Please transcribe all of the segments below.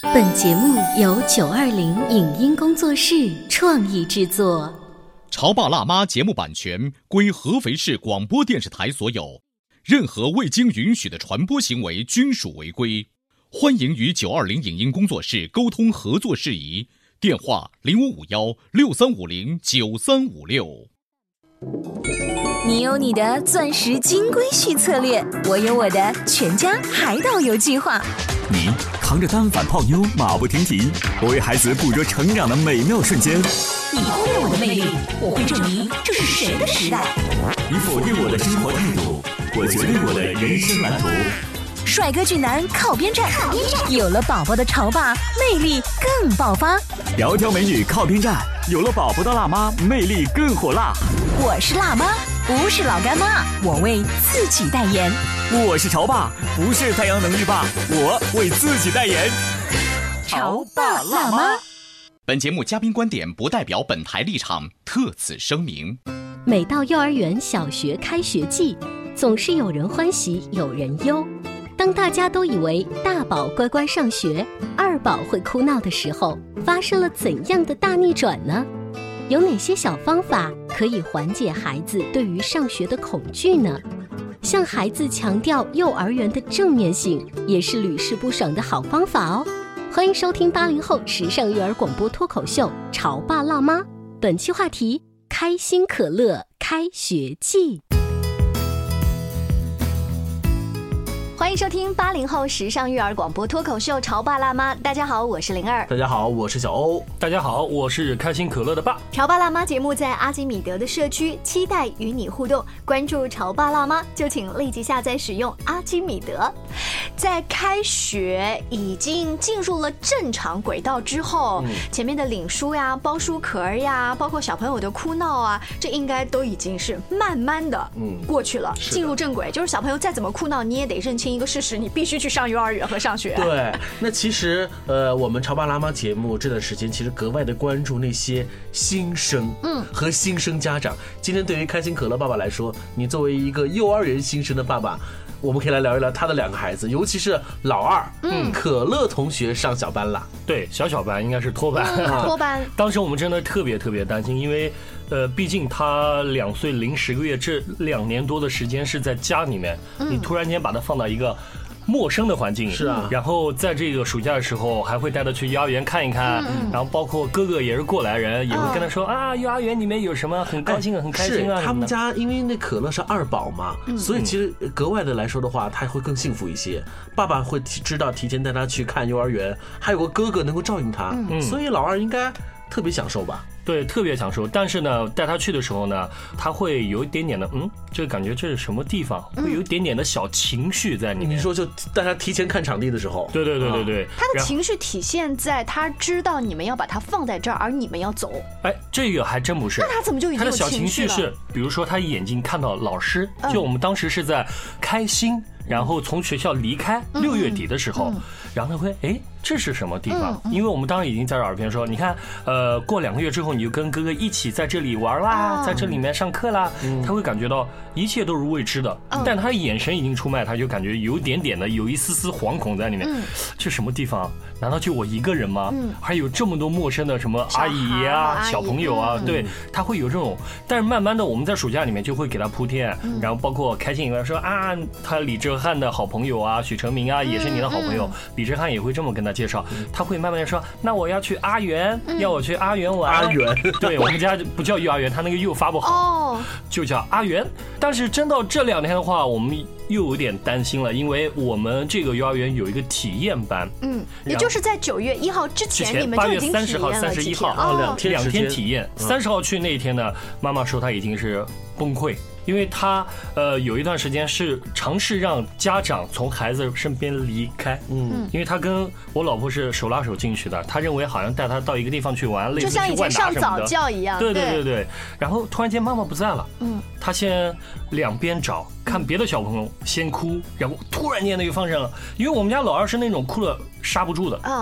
本节目由920影音工作室创意制作。 潮爸辣妈节目版权归合肥市广播电视台所有，任何未经允许的传播行为均属违规。欢迎与920影音工作室沟通合作事宜，电话055163509356。 你有你的钻石金龟婿策略，我有我的全家海岛游计划。 你扛着单反泡妞马不停蹄，我为孩子捕捉成长的美妙瞬间。 你忽略我的魅力，我会证明这是谁的时代。 你否定我的生活态度，我决定我的人生蓝图。 帅哥俊男靠边站，有了宝宝的潮爸魅力更爆发。 窈窕美女靠边站，有了宝宝的辣妈魅力更火辣。 我是辣妈，不是老干妈，我为自己代言。 我是潮爸，不是太阳能浴霸，我为自己代言。 潮爸辣妈。 本节目嘉宾观点不代表本台立场，特此声明。 每到幼儿园、小学开学季，总是有人欢喜有人忧。当大家都以为大宝乖乖上学，二宝会哭闹的时候，发生了怎样的大逆转呢？有哪些小方法可以缓解孩子对于上学的恐惧呢？向孩子强调幼儿园的正面性，也是屡试不爽的好方法哦。欢迎收听80后时尚育儿广播脱口秀《潮爸辣妈》，本期话题：开心可乐开学季。 欢迎收听80后时尚育儿广播脱口秀《潮爸辣妈》。大家好，我是灵儿。 大家好，我是小欧。 大家好，我是开心可乐的爸。 潮爸辣妈节目在阿基米德的社区，期待与你互动。关注潮爸辣妈，就请立即下载使用阿基米德。在开学已经进入了正常轨道之后，前面的领书呀、包书壳呀，包括小朋友的哭闹啊，这应该都已经是慢慢的过去了，进入正轨。就是小朋友再怎么哭闹，你也得认清一个事实，你必须去上幼儿园和上学。 对，那其实我们潮爸辣妈节目这段时间其实格外的关注那些新生和新生家长。今天对于开心可乐爸爸来说，你作为一个幼儿园新生的爸爸，我们可以来聊一聊他的两个孩子，尤其是老二，可乐同学上小班了。 对，小班应该是托班， 托班。 当时我们真的特别担心，因为毕竟他2岁零10个月，这2年多的时间是在家里面，你突然间把他放到一个陌生的环境， 是啊， 然后在这个暑假的时候还会带他去幼儿园看一看，然后包括哥哥也是过来人，也会跟他说啊，幼儿园里面有什么很高兴很开心啊。 他们家因为那可乐是二宝嘛，所以其实格外的来说的话，他会更幸福一些。爸爸会知道提前带他去看幼儿园，还有个哥哥能够照应他，所以老二应该特别享受吧。 对，特别享受。但是呢，带他去的时候呢，他会有一点点的，这个感觉这是什么地方，会有一点点的小情绪在里面。 你说就带他提前看场地的时候， 对， 他的情绪体现在他知道你们要把他放在这儿，而你们要走。 哎，这个还真不是。 那他怎么就已经有情绪了？ 他的小情绪是，比如说他眼睛看到老师，就我们当时是在开心，然后从学校离开，6月底的时候，然后他会这是什么地方？因为我们当时已经在耳边说，你看，过2个月之后，你就跟哥哥一起在这里玩啦，在这里面上课啦，他会感觉到一切都是未知的，但他眼神已经出卖，他就感觉有一丝丝惶恐在里面。这什么地方？难道就我一个人吗？还有这么多陌生的什么阿姨啊、小朋友啊，对，他会有这种。但是慢慢的，我们在暑假里面就会给他铺垫，然后包括开心以外说啊，他李哲瀚的好朋友啊，许成明啊，也是你的好朋友。李哲瀚也会这么跟他介绍，他会慢慢的说，那我要去阿园，要我去阿园玩。 阿园， 对，我们家不叫幼儿园，他那个又发不好，就叫阿园。但是真到这2天的话，我们又有点担心了，因为我们这个幼儿园有一个体验班， 也就是在9月1号之前，你们就已经体验了 8月30号、31号2天体验。30号去那一天呢，妈妈说她已经是崩溃。因为他有一段时间是尝试让家长从孩子身边离开，因为他跟我老婆是手拉手进去的，他认为好像带他到一个地方去玩，类似去万达什么的， 就像以前上早教一样。 对。然后突然间妈妈不在了，他先两边找，看别的小朋友先哭，然后突然间就放上了，因为我们家老二是那种哭了刹不住的，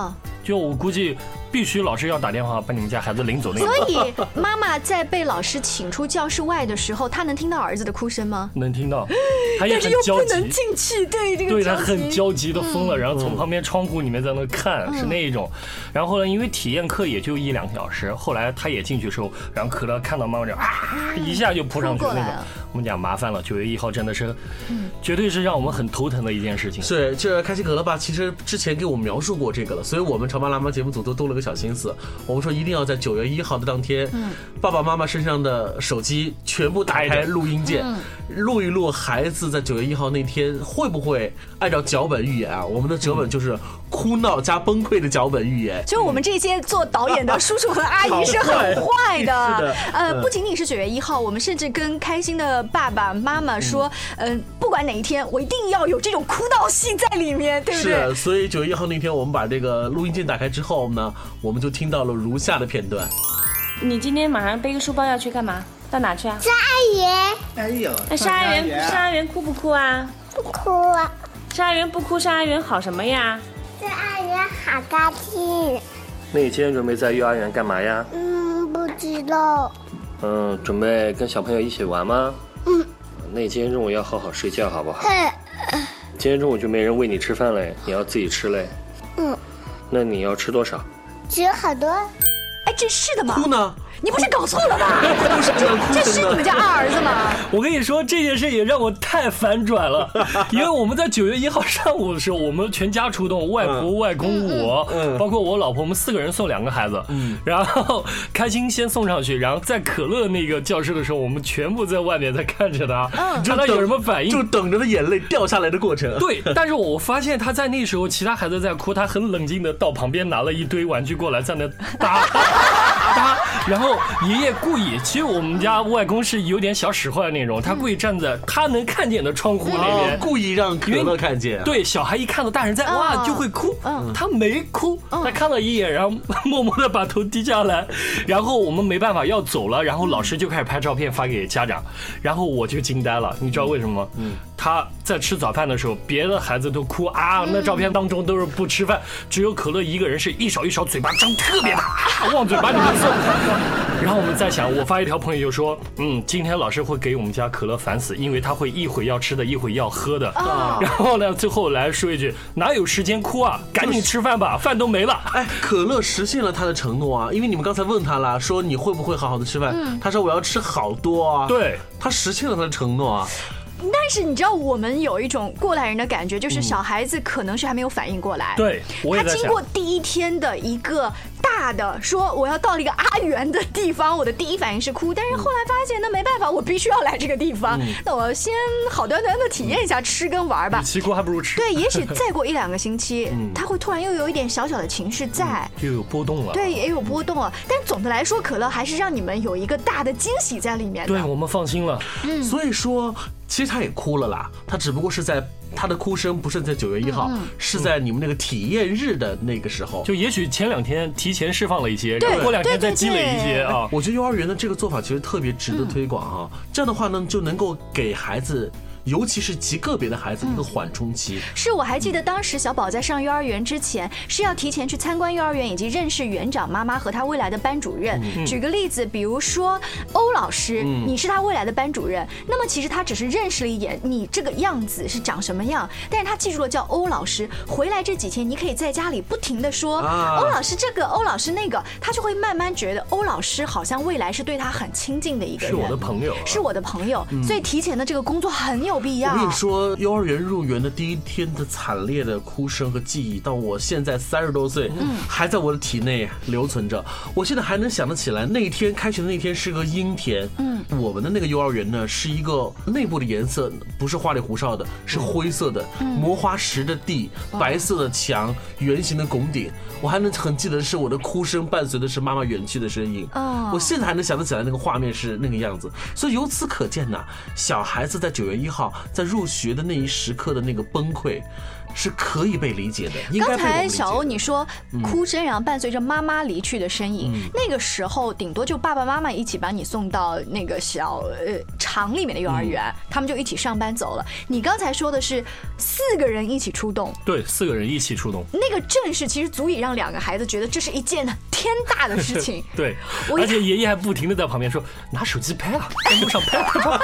就我估计必须老师要打电话把你们家孩子领走那种。 所以妈妈在被老师请出教室外的时候，她能听到儿子的哭声吗？ 能听到，他也但是又很焦急， 不能进去，对这个对他焦急很焦急的疯了，然后从旁边窗户里面在那看，是那一种。然后后来因为体验课也就1-2个小时，后来他也进去的时候，然后可乐看到妈妈就一下就扑上去那种。我们讲麻烦了，9月1号真的是，绝对是让我们很头疼的一件事情。 是，这开心可乐爸其实之前给我们描述过这个了，所以我们潮爸辣妈节目组都动了个小心思，我们说一定要在9月1号的当天，爸爸妈妈身上的手机全部打开录音键，录一录孩子在9月1号那天会不会按照脚本预演啊？我们的脚本就是哭闹加崩溃的脚本预演。 就我们这些做导演的叔叔和阿姨是很坏的。 是的， 不仅仅是9月1号，我们甚至跟开心的爸爸妈妈说，不管哪一天，我一定要有这种哭闹戏在里面，对不对？ 是，所以9月1号那天，我们把这个录音键打开之后呢，我们就听到了如下的片段。 你今天马上背个书包要去干嘛？到哪去啊？ 上幼儿园。 哎呦，那上幼儿园哭不哭啊？ 不哭啊。 上幼儿园不哭，上幼儿园好什么呀？ 上幼儿园好高兴。 那你今天准备在幼儿园干嘛呀？ 不知道。 准备跟小朋友一起玩吗？那你今天中午要好好睡觉，好不好？今天中午就没人喂你吃饭嘞，你要自己吃嘞。那你要吃多少？ 只有好多。 哎，这是的吗？ 哭呢？ 你不是搞错了吧？这是你们家二儿子吗？ 我跟你说，这件事也让我太反转了，因为我们在9月1号上午的时候，我们全家出动，外婆、外公、我，包括我老婆，我们4个人送2个孩子，然后开心先送上去，然后在可乐那个教室的时候，我们全部在外面在看着他，看他有什么反应， 就等着他眼泪掉下来的过程。 对，但是我发现他在那时候，其他孩子在哭，他很冷静的到旁边拿了一堆玩具过来，在那搭，然后爷爷故意，其实我们家外公是有点小使坏的那种，他故意站在他能看见的窗户那边， 故意让可乐看见。 对，小孩一看到大人在，哇，就会哭。他没哭，他看了一眼，然后默默的把头低下来。然后我们没办法要走了，然后老师就开始拍照片发给家长，然后我就惊呆了，你知道为什么吗？他在吃早饭的时候，别的孩子都哭啊，那照片当中都是不吃饭，只有可乐一个人是一勺一勺，嘴巴张特别大，往嘴巴里面送。然后我们在想，我发一条朋友就说，今天老师会给我们家可乐烦死，因为他会一会要吃的，一会要喝的。然后呢，最后来说一句，哪有时间哭啊，赶紧吃饭吧，饭都没了。 哎，可乐实现了他的承诺啊，因为你们刚才问他了，说你会不会好好的吃饭？他说我要吃好多啊。 对， 他实现了他的承诺啊。 但是你知道，我们有一种过来人的感觉，就是小孩子可能是还没有反应过来。 对，我也在想， 他经过第一天的一个大的说我要到了一个阿元的地方，我的第一反应是哭，但是后来发现那没办法，我必须要来这个地方，那我先好端端的体验一下吃跟玩吧。 与其哭还不如吃。 对，也许再过1-2个星期，他会突然又有一点小小的情绪在， 就有波动了。 对，也有波动了。但总的来说，可乐还是让你们有一个大的惊喜在里面的。 对，我们放心了。 所以说，其实他也哭了啦，他只不过是在他的哭声不是在9月1号，是在你们那个体验日的那个时候。 就也许前2天提前释放了一些，然后过2天再积累一些啊。 我觉得幼儿园的这个做法其实特别值得推广哈，这样的话呢，就能够给孩子，尤其是极个别的孩子一个缓冲期。 是，我还记得当时小宝在上幼儿园之前是要提前去参观幼儿园，以及认识园长妈妈和他未来的班主任。举个例子，比如说欧老师，你是他未来的班主任，那么其实他只是认识了一眼你这个样子是长什么样，但是他记住了叫欧老师。回来这几天，你可以在家里不停的说欧老师这个，欧老师那个，他就会慢慢觉得欧老师好像未来是对他很亲近的一个人， 是我的朋友， 是我的朋友。所以提前的这个工作很有必要。 我跟你说，幼儿园入园的第一天的惨烈的哭声和记忆，到我现在30多岁，还在我的体内留存着。我现在还能想得起来，那一天开学的那天是个阴天。我们的那个幼儿园呢，是一个内部的颜色不是花里胡哨的，是灰色的，磨花石的地，白色的墙，圆形的拱顶。我还能很记得是我的哭声伴随的是妈妈远去的身影。我现在还能想得起来那个画面是那个样子。所以由此可见呢，小孩子在9月1号号在入学的那一时刻的那个崩溃，是可以被理解的。应该被我们理解的。 刚才小欧你说哭声，然后伴随着妈妈离去的身影，那个时候顶多就爸爸妈妈一起把你送到那个小厂里面的幼儿园，他们就一起上班走了。你刚才说的是4个人一起出动， 对，4个人一起出动， 那个阵势其实足以让2个孩子觉得这是一件天大的事情。 对，而且爷爷还不停的在旁边说拿手机拍啊，在路上拍。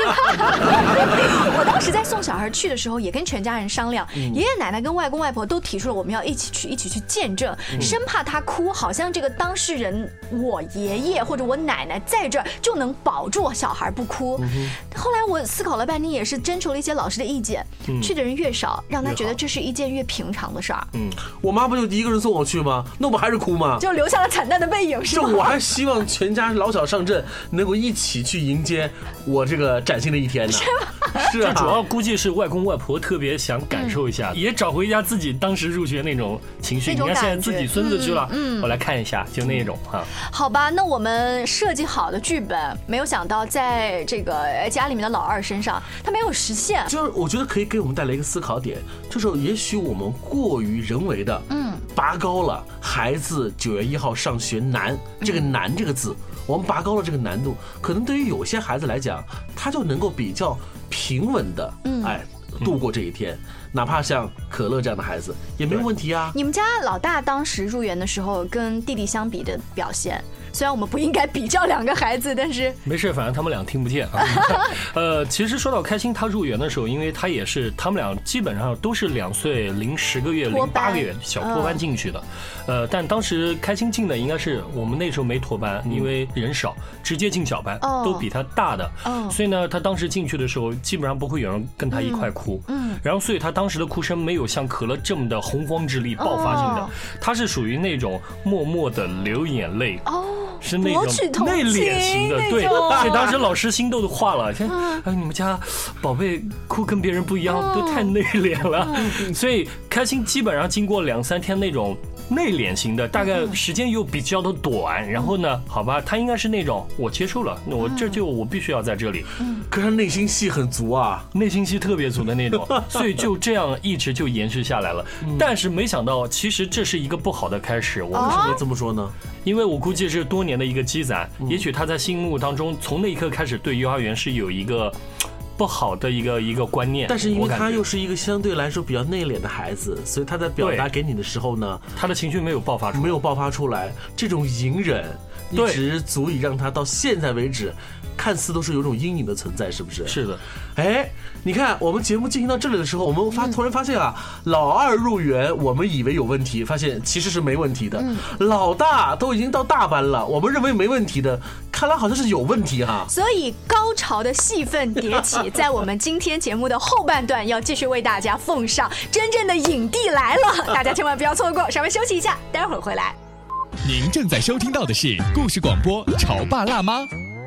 我当时在送小孩去的时候，也跟全家人商量，爷爷奶奶跟外公外婆都提出了我们要一起去见证，生怕他哭，好像这个当事人我爷爷或者我奶奶在这儿就能保住小孩不哭。后来我思考了半天，也是征求了一些老师的意见，去的人越少，让他觉得这是一件越平常的事儿。 我妈不就一个人送我去吗？那我还是哭吗？ 就留下了惨淡的背影，是吗？ 我还希望全家老小上阵，能够一起去迎接我这个崭新的一天呢。是啊， 这主要估计是外公外婆特别想感受一下，也找回一下自己当时入学那种情绪。你看现在自己孙子去了，我来看一下，就那种哈。 好吧，那我们设计好的剧本，没有想到在这个家里面的老二身上，他没有实现。 就是我觉得可以给我们带来一个思考点，就是也许我们过于人为的，拔高了孩子9月1号上学难这个难这个字，我们拔高了这个难度，可能对于有些孩子来讲，他就能够比较平稳的，度过这一天。哪怕像可乐这样的孩子也没有问题啊。 你们家老大当时入园的时候跟弟弟相比的表现，虽然我们不应该比较2个孩子，但是没事，反正他们俩听不见啊。其实说到开心，他入园的时候，因为他也是他们俩基本上都是2岁零10个月、0 8个月小托班进去的。但当时开心进的应该是我们那时候没托班，因为人少，直接进小班，都比他大的。所以呢，他当时进去的时候，基本上不会有人跟他一块哭。然后所以他当时的哭声没有像可乐这么的洪荒之力、爆发性的，他是属于那种默默的流眼泪。是那种内敛型的，对，所以当时老师心都化了。哎，你们家宝贝哭跟别人不一样，都太内敛了。所以开心基本上经过2、3天那种内敛型的，大概时间又比较的短。然后呢，好吧，他应该是那种我接受了，那我必须要在这里。 可是他内心戏很足啊， 内心戏特别足的那种，所以就这样一直就延续下来了。但是没想到，其实这是一个不好的开始。 我为什么这么说呢？ 因为我估计是多年的一个积攒，也许他在心目当中从那一刻开始对幼儿园是有一个不好的一个观念。 但是因为他又是一个相对来说比较内敛的孩子，所以他在表达给你的时候呢， 他的情绪没有爆发出来， 这种隐忍一直足以让他到现在为止看似都是有种阴影的存在，是不是？ 是的。 哎，你看我们节目进行到这里的时候，我们突然发现啊，老二入园我们以为有问题，发现其实是没问题的。老大都已经到大班了，我们认为没问题的，看来好像是有问题哈。 所以高潮的戏份迭起，在我们今天节目的后半段要继续为大家奉上真正的影帝来了，大家千万不要错过。稍微休息一下，待会儿回来。 您正在收听到的是故事广播《潮爸辣妈》。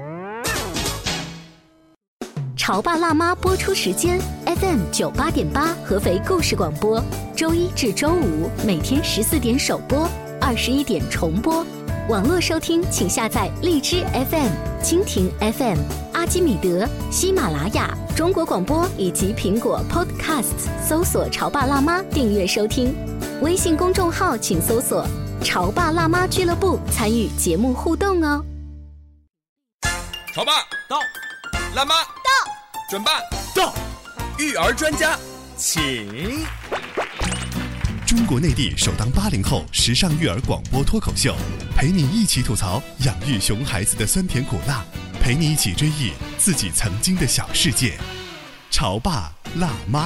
潮爸辣妈播出时间 FM 98.8合肥故事广播，周一至周五每天14点首播，21点重播。网络收听请下载荔枝 FM、蜻蜓 FM、阿基米德、喜马拉雅、中国广播以及苹果 Podcasts， 搜索潮爸辣妈订阅收听。微信公众号请搜索潮爸辣妈俱乐部，参与节目互动哦。 潮爸到，辣妈到，准爸到， 育儿专家请。 中国内地首档80后时尚育儿广播脱口秀，陪你一起吐槽养育熊孩子的酸甜苦辣，陪你一起追忆自己曾经的小世界。潮爸辣妈。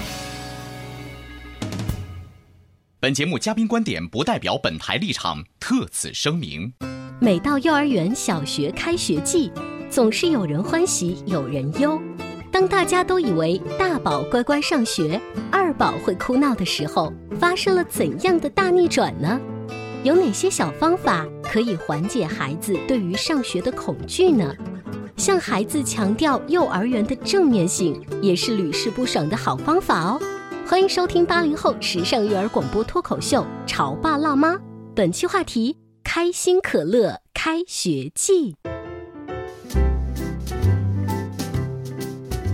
本节目嘉宾观点不代表本台立场，特此声明。 每到幼儿园、小学开学季，总是有人欢喜有人忧。当大家都以为大宝乖乖上学，二宝会哭闹的时候，发生了怎样的大逆转呢？有哪些小方法可以缓解孩子对于上学的恐惧呢？向孩子强调幼儿园的正面性，也是屡试不爽的好方法哦。欢迎收听80后时尚育儿广播脱口秀《潮爸辣妈》，本期话题：开心可乐开学季。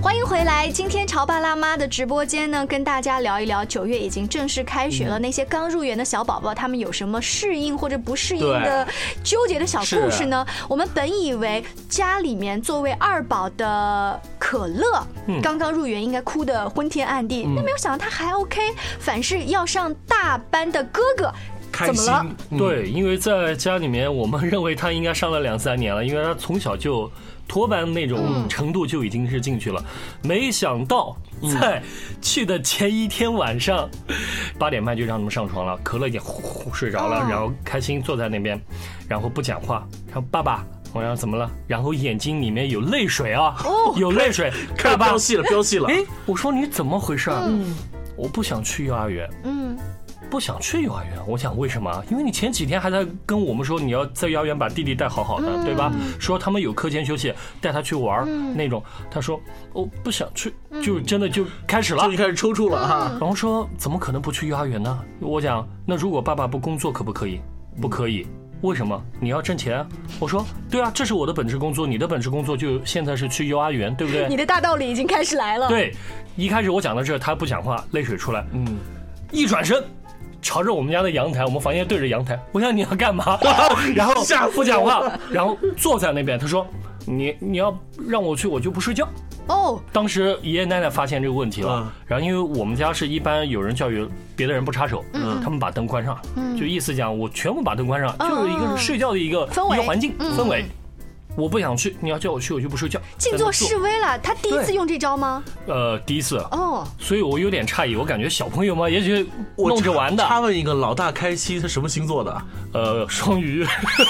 欢迎回来！今天潮爸辣妈的直播间呢，跟大家聊一聊9月已经正式开学了，那些刚入园的小宝宝，他们有什么适应或者不适应的纠结的小故事呢？我们本以为家里面作为2宝的可乐，刚刚入园应该哭得昏天暗地，但没有想到他还 OK， 反是要上大班的哥哥。怎么了？ 对，因为在家里面，我们认为他应该上了2-3年了，因为他从小就托班那种程度就已经是进去了。没想到在去的前一天晚上，8点半就让他们上床了，可乐也呼呼睡着了，然后开心坐在那边，然后不讲话，然后爸爸。我说怎么了？然后眼睛里面有泪水啊，有泪水， 看飙戏了。 哎，我说你怎么回事？我不想去幼儿园。不想去幼儿园，我想为什么？因为你前几天还在跟我们说你要在幼儿园把弟弟带好好的，对吧？说他们有课间休息，带他去玩那种。他说我不想去，就真的就开始了， 就开始抽搐了哈。 然后说怎么可能不去幼儿园呢？我讲那如果爸爸不工作可不可以？不可以。为什么？你要挣钱？我说对啊，这是我的本职工作，你的本职工作就现在是去幼儿园，对不对？ 你的大道理已经开始来了。 对，一开始我讲到这，他不讲话，泪水出来，一转身。朝着我们家的阳台，我们房间对着阳台。我想你要干嘛？然后不讲话，然后坐在那边。他说：“你要让我去，我就不睡觉。”当时爷爷奶奶发现这个问题了，然后因为我们家是一般有人教育别的人不插手，他们把灯关上，就意思讲我全部把灯关上，就是一个睡觉的一个环境氛围。我不想去，你要叫我去，我就不睡觉。 静坐示威了，他第一次用这招吗？ 第一次。所以我有点诧异，我感觉小朋友嘛，也许弄着玩的。 他问一个老大开心，他什么星座的？ 双鱼。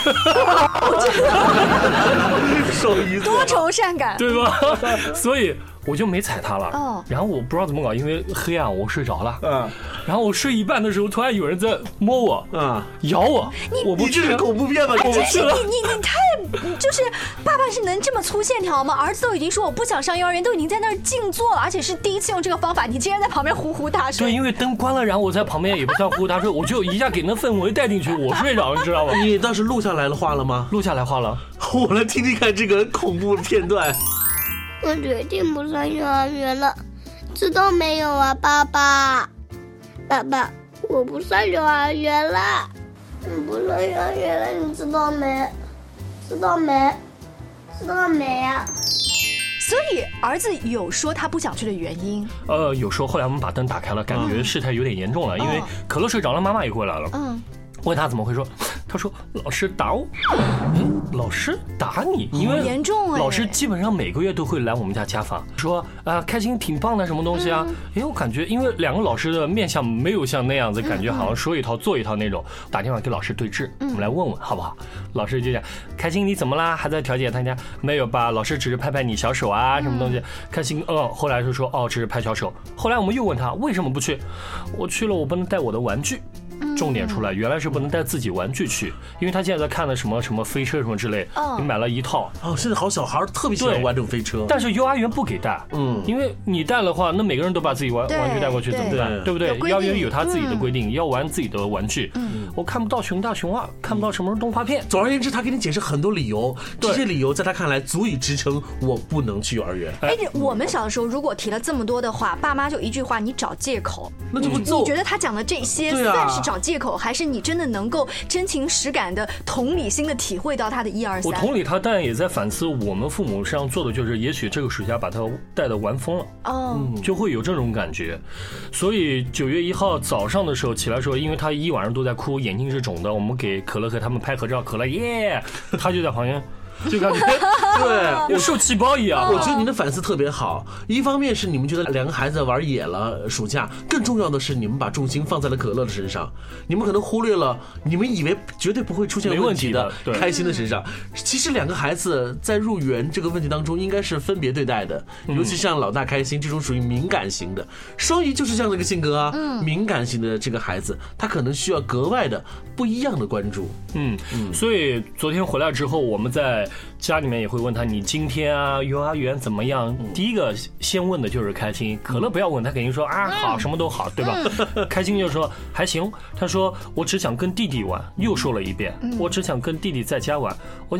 双鱼多愁善感， 对吧？所以我就没踩他了。然后我不知道怎么搞，因为黑暗我睡着了。然后我睡一半的时候，突然有人在摸我，咬我。 你这是恐怖片吧？ 你太就是爸爸是能这么粗线条吗？儿子都已经说我不想上幼儿园，都已经在那儿静坐了，而且是第一次用这个方法，你竟然在旁边呼呼大睡。 对，因为灯关了，然后我在旁边也不算呼呼大睡，我就一下给那氛围带进去，我睡着，你知道吗？ 你当时录下来了话了吗？ 录下来话了， 我来听听看这个恐怖片段。 我决定不上幼儿园了，知道没有啊，爸爸？爸爸，我不上幼儿园了，我不上幼儿园了，你知道没？知道没？知道没啊？ 所以儿子有说他不想去的原因？ 有说，后来我们把灯打开了，感觉事态有点严重了，因为可乐睡着了，妈妈也过来了。问他怎么会说，他说老师打我。老师打你？因为严重老师基本上每个月都会来我们家家访，说开心挺棒的什么东西啊？我感觉因为2个老师的面相没有像那样子，感觉好像说一套做一套那种。打电话给老师对峙，我们来问问好不好？老师就讲，开心你怎么啦？还在调解他家？没有吧？老师只是拍拍你小手啊，什么东西？开心后来就说只是拍小手。后来我们又问他为什么不去？我去了，我不能带我的玩具。重点出来，原来是不能带自己玩具去，因为他现在在看的什么飞车什么之类，你买了一套。 现在好小孩特别喜欢玩这种飞车， 但是幼儿园不给带，因为你带的话，那每个人都把自己玩具带过去怎么办？对不对？幼儿园有他自己的规定，要玩自己的玩具。我看不到熊大熊二，看不到什么动画片。 总而言之，他给你解释很多理由，这些理由在他看来足以支撑我不能去幼儿园。 我们小的时候如果提了这么多的话，爸妈就一句话，你找借口。 那就不你觉得他讲的这些算是找借口，还是你真的能够真情实感的同理心的体会到他的1、2、3？ 我同理他，但也在反思我们父母身上做的，就是也许这个暑假把他带的玩疯了，就会有这种感觉。所以9月1号早上的时候起来说，因为他一晚上都在哭，眼睛是肿的，我们给可乐和他们拍合照，可乐耶，他就在旁边。就感觉对，受气包一样。 我觉得您的反思特别好，一方面是你们觉得2个孩子玩野了暑假，更重要的是你们把重心放在了可乐的身上，你们可能忽略了你们以为绝对不会出现问题的开心的身上。其实2个孩子在入园这个问题当中应该是分别对待的，尤其像老大开心这种属于敏感型的，双鱼就是这样的一个性格啊，敏感型的这个孩子，他可能需要格外的不一样的关注。 所以昨天回来之后，我们在家里面也会问他，你今天幼儿园怎么样？第一个先问的就是开心，可乐不要问，他肯定说好，什么都好，对吧？开心就说还行，他说我只想跟弟弟玩，又说了一遍，我只想跟弟弟在家玩。我想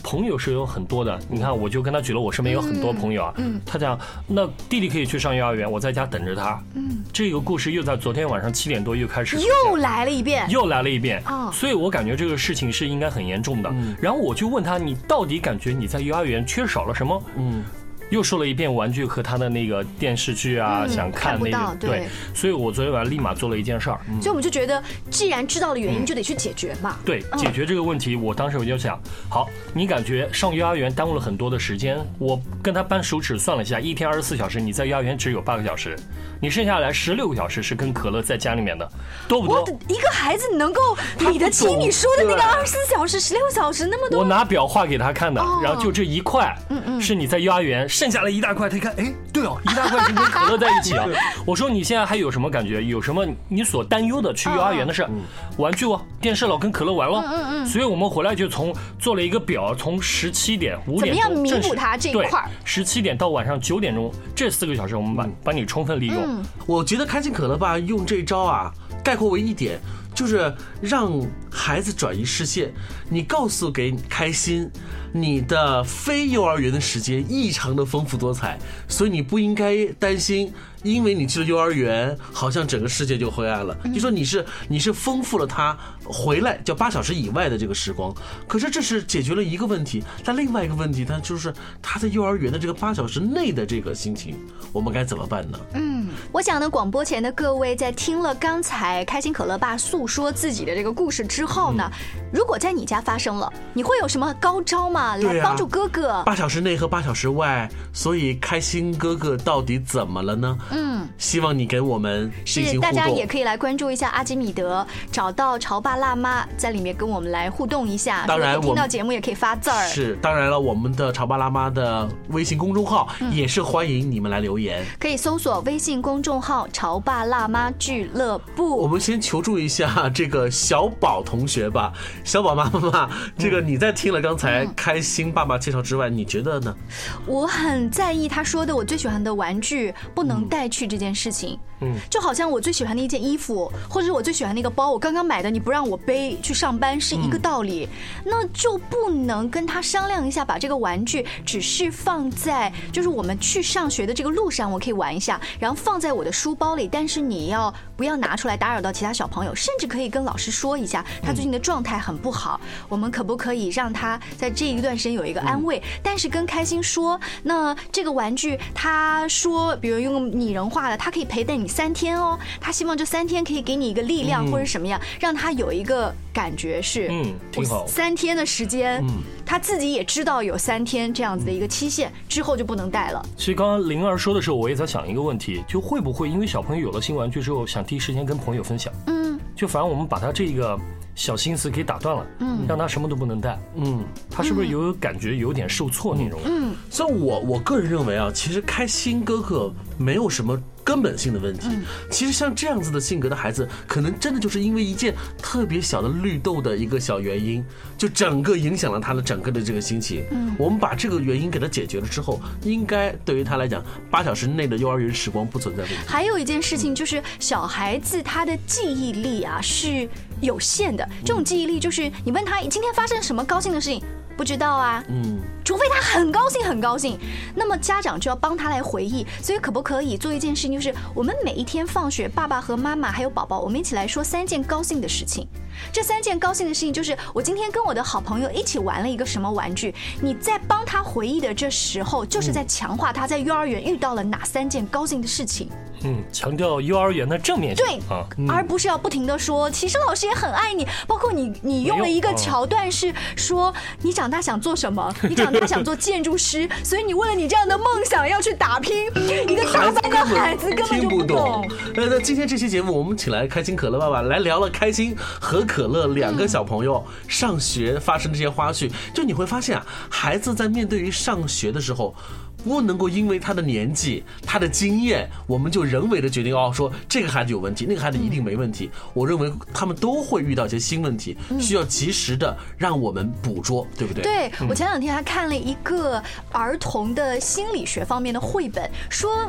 朋友是有很多的。你看，我就跟他举了我身边有很多朋友啊。他讲，那弟弟可以去上幼儿园，我在家等着他。这个故事又在昨天晚上7点多又开始， 又来了一遍。 所以我感觉这个事情是应该很严重的。然后我就问他，你到底感觉你在幼儿园缺少了什么？又说了一遍玩具和他的那个电视剧啊，想看那个，对，所以我昨天晚上立马做了一件事儿。 所以我们就觉得，既然知道了原因，就得去解决嘛。 对，解决这个问题，我当时我就想，好，你感觉上幼儿园耽误了很多的时间，我跟他扳手指算了一下，一天24小时，你在幼儿园只有8个小时，你剩下来16个小时是跟可乐在家里面的，多不多？ 一个孩子能够理得清你说的那个24小时、16小时那么多？ 我拿表画给他看的，然后就这一块，是你在幼儿园。剩下了一大块，他一看，哎，对哦，一大块是跟可乐在一起啊。我说你现在还有什么感觉？有什么你所担忧的去幼儿园的事？玩具哦，电视了，跟可乐玩了。所以我们回来就做了一个表，从17点、5点怎么样弥补它这一块 ？17点到晚上9点钟这4个小时，我们把你充分利用。 我觉得开心可乐吧用这招啊，概括为一点，就是让孩子转移视线。你告诉给开心，你的非幼儿园的时间异常的丰富多彩，所以你不应该担心，因为你去了幼儿园，好像整个世界就灰暗了。就说你是丰富了他回来叫8小时以外的这个时光。可是这是解决了一个问题，但另外一个问题，它就是他在幼儿园的这个8小时内的这个心情，我们该怎么办呢？ 我想呢，广播前的各位在听了刚才开心可乐爸诉说自己的这个故事之后呢，如果在你家发生了，你会有什么高招吗？来帮助哥哥 ？8小时内和8小时外，所以开心哥哥到底怎么了呢？希望你给我们进行互动。 大家也可以来关注一下阿基米德，找到潮爸辣妈，在里面跟我们来互动一下。 当然， 听到节目也可以发字儿。 是，当然了，我们的潮爸辣妈的微信公众号也是欢迎你们来留言， 可以搜索微信公众号潮爸辣妈俱乐部。 我们先求助一下这个小宝同学吧，小宝妈妈，这个你在听了刚才开心爸爸介绍之外，你觉得呢？ 我很在意他说的我最喜欢的玩具不能带去这件事情。就好像我最喜欢的一件衣服，或者是我最喜欢的一个包，我刚刚买的，你不让我背去上班是一个道理。那就不能跟他商量一下，把这个玩具只是放在就是我们去上学的这个路上，我可以玩一下，然后放在我的书包里，但是你不要拿出来打扰到其他小朋友，甚至可以跟老师说一下他最近的状态很不好，我们可不可以让他在这一段时间有一个安慰？但是跟开心说，那这个玩具他说比如用拟人化的，他可以陪伴你3天哦，他希望这3天可以给你一个力量或者什么样，让他有一个感觉是挺好 ，3天的时间，他自己也知道有3天这样子的一个期限，之后就不能带了。 其实刚刚灵儿说的时候，我也在想一个问题，就会不会因为小朋友有了新玩具之后，想第一时间跟朋友分享，就反而我们把他这个小心思给打断了，让他什么都不能带，他是不是有感觉有点受挫那种？ 所以我个人认为啊，其实开心哥哥没有什么根本性的问题。其实像这样子的性格的孩子，可能真的就是因为一件特别小的绿豆的一个小原因，就整个影响了他的整个的这个心情。我们把这个原因给他解决了之后，应该对于他来讲，8小时内的幼儿园时光不存在问题。 还有一件事情就是，小孩子他的记忆力啊是有限的，这种记忆力就是你问他今天发生什么高兴的事情，不知道啊，除非他很高兴很高兴，那么家长就要帮他来回忆。所以可不可以做一件事情，就是我们每一天放学，爸爸和妈妈还有宝宝，我们一起来说3件高兴的事情。这3件高兴的事情就是我今天跟我的好朋友一起玩了一个什么玩具，你在帮他回忆的这时候，就是在强化他在幼儿园遇到了哪3件高兴的事情。 强调幼儿园的正面性， 对，而不是要不停的说其实老师也很爱你。包括你用了一个桥段是说你长大想做什么，你长大想做建筑师，所以你为了你这样的梦想要去打拼，一个大班的孩子根本就不懂。 那今天这期节目我们请来开心可乐爸爸来聊了开心和可乐2个小朋友上学发生这些花絮。就你会发现啊，孩子在面对于上学的时候，不能够因为他的年纪他的经验，我们就人为的决定说这个孩子有问题，那个孩子一定没问题。我认为他们都会遇到一些新问题，需要及时的让我们捕捉，对不对？ 对，我前2天还看了一个儿童的心理学方面的绘本，说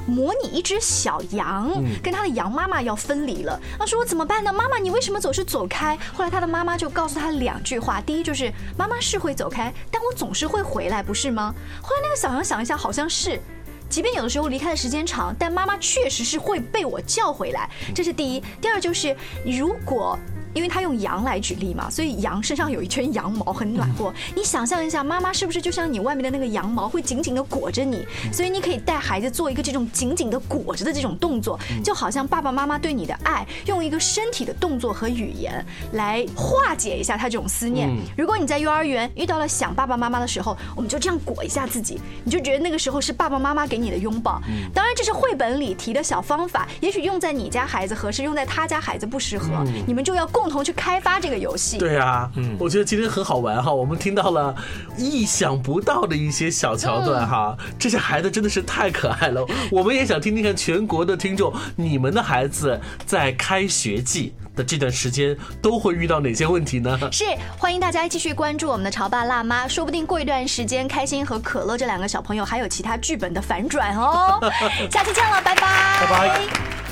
模拟一只小羊，跟他的羊妈妈要分离了。他说怎么办呢？妈妈，你为什么总是走开？后来他的妈妈就告诉他2句话，第一就是妈妈是会走开，但我总是会回来，不是吗？后来那个小羊想一下，好像是。即便有的时候离开的时间长，但妈妈确实是会被我叫回来，这是第一。第二就是，如果因为他用羊来举例嘛，所以羊身上有一圈羊毛很暖和。你想象一下，妈妈是不是就像你外面的那个羊毛会紧紧的裹着你？所以你可以带孩子做一个这种紧紧的裹着的这种动作，就好像爸爸妈妈对你的爱，用一个身体的动作和语言来化解一下他这种思念。如果你在幼儿园遇到了想爸爸妈妈的时候，我们就这样裹一下自己，你就觉得那个时候是爸爸妈妈给你的拥抱。当然这是绘本里提的小方法，也许用在你家孩子合适，用在他家孩子不适合，你们就要共同去开发这个游戏。 对啊，我觉得今天很好玩哈，我们听到了意想不到的一些小桥段哈，这些孩子真的是太可爱了。我们也想听听看全国的听众，你们的孩子在开学季的这段时间都会遇到哪些问题呢？ 是，欢迎大家继续关注我们的潮爸辣妈，说不定过一段时间，开心和可乐这2个小朋友还有其他剧本的反转哦。下期见了，拜拜， 拜拜。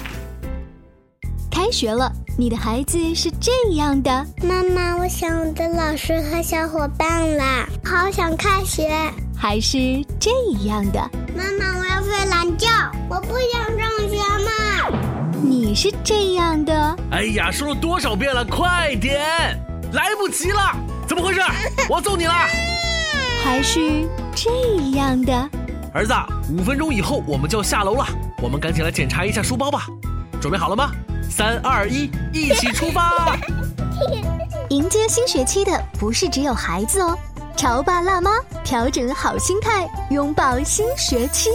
开学了，你的孩子是这样的。 妈妈，我想我的老师和小伙伴啦，好想开学。 还是这样的。 妈妈，我要睡懒觉，我不想上学嘛。 你是这样的。 哎呀，说了多少遍了，快点，来不及了，怎么回事？我要揍你了。 还是这样的。 儿子，5分钟以后我们就要下楼了，我们赶紧来检查一下书包吧。准备好了吗？3、2、1，一起出发！ 迎接新学期的不是只有孩子哦，潮爸辣妈调整好心态，拥抱新学期。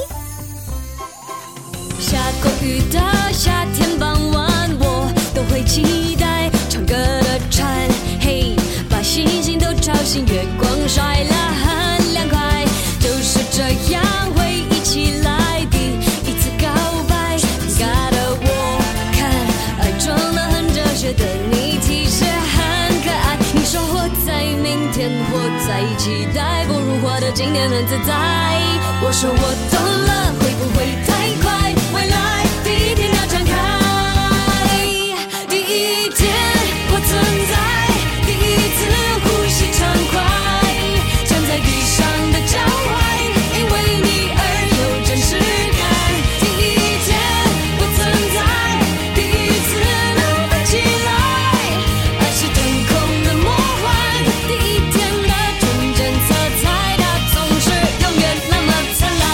下过雨的夏天傍晚，我都会期待唱歌的蝉，嘿，把星星都吵醒，月光晒了很凉快，就是这样会一起来第一次告白。尴尬的我看爱装得很哲学的你其实很可爱，你说活在明天，活在期待，不如活得今天很自在。我说我懂了，会不会太快？未来第一天要展开，第一天我存在，第一次呼吸畅快，站在地上的脚踝，因为你而有真实感。第一天我存在，第一次能飞起来，爱是腾空的魔幻，第一天的纯真色彩，它总是永远那么灿烂。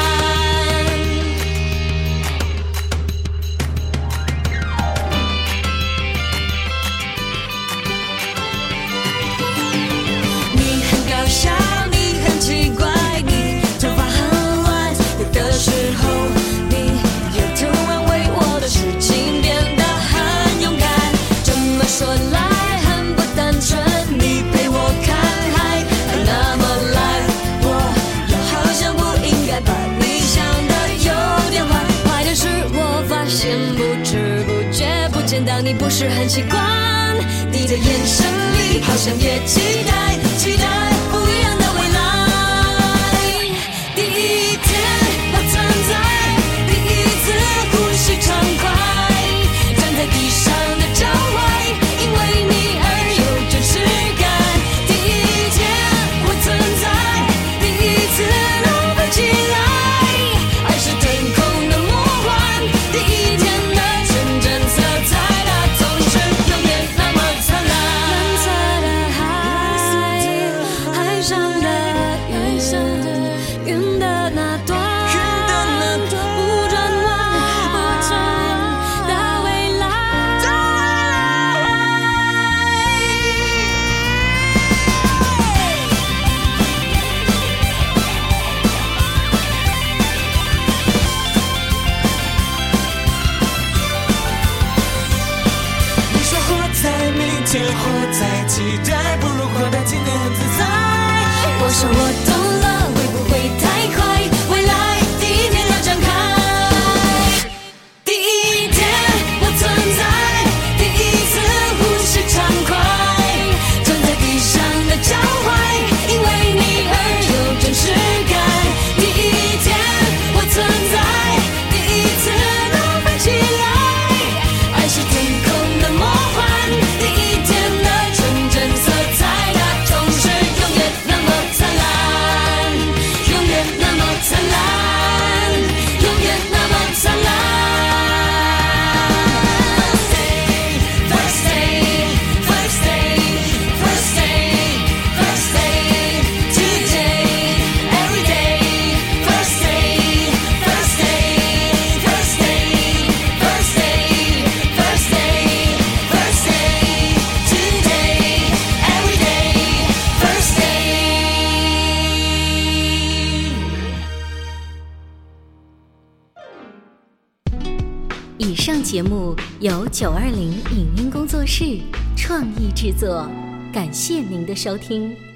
你很搞笑，你很奇怪，你头发很乱，有的时候你又突然为我的事情变得很勇敢。这么说来很不单纯，你陪我看海，还那么来，我又好像不应该把你想的有点坏。坏的是我发现不知不觉不见到你不是很习惯，你的眼神里好像也期待期待不一样的未来。第一天我存在，第一次呼吸畅快，站在地上的脚踝，因为你而有真实感。第一天我存在，第一次能飞起来，爱是腾空的魔幻，第一天的纯真色彩，它总是永远那么灿烂。蓝色的海，海上的云，云的那端，不转弯，到未来。 你说活在明天，活在期待，不如活得今天很自在。 我说我懂了，会不会太快？未来第一天要展开，第一天我存在，第一次呼吸畅快，站在地上的脚踝，因为你而有真实感。第一天我存在，第一以上节目由920影音工作室创意制作，感谢您的收听。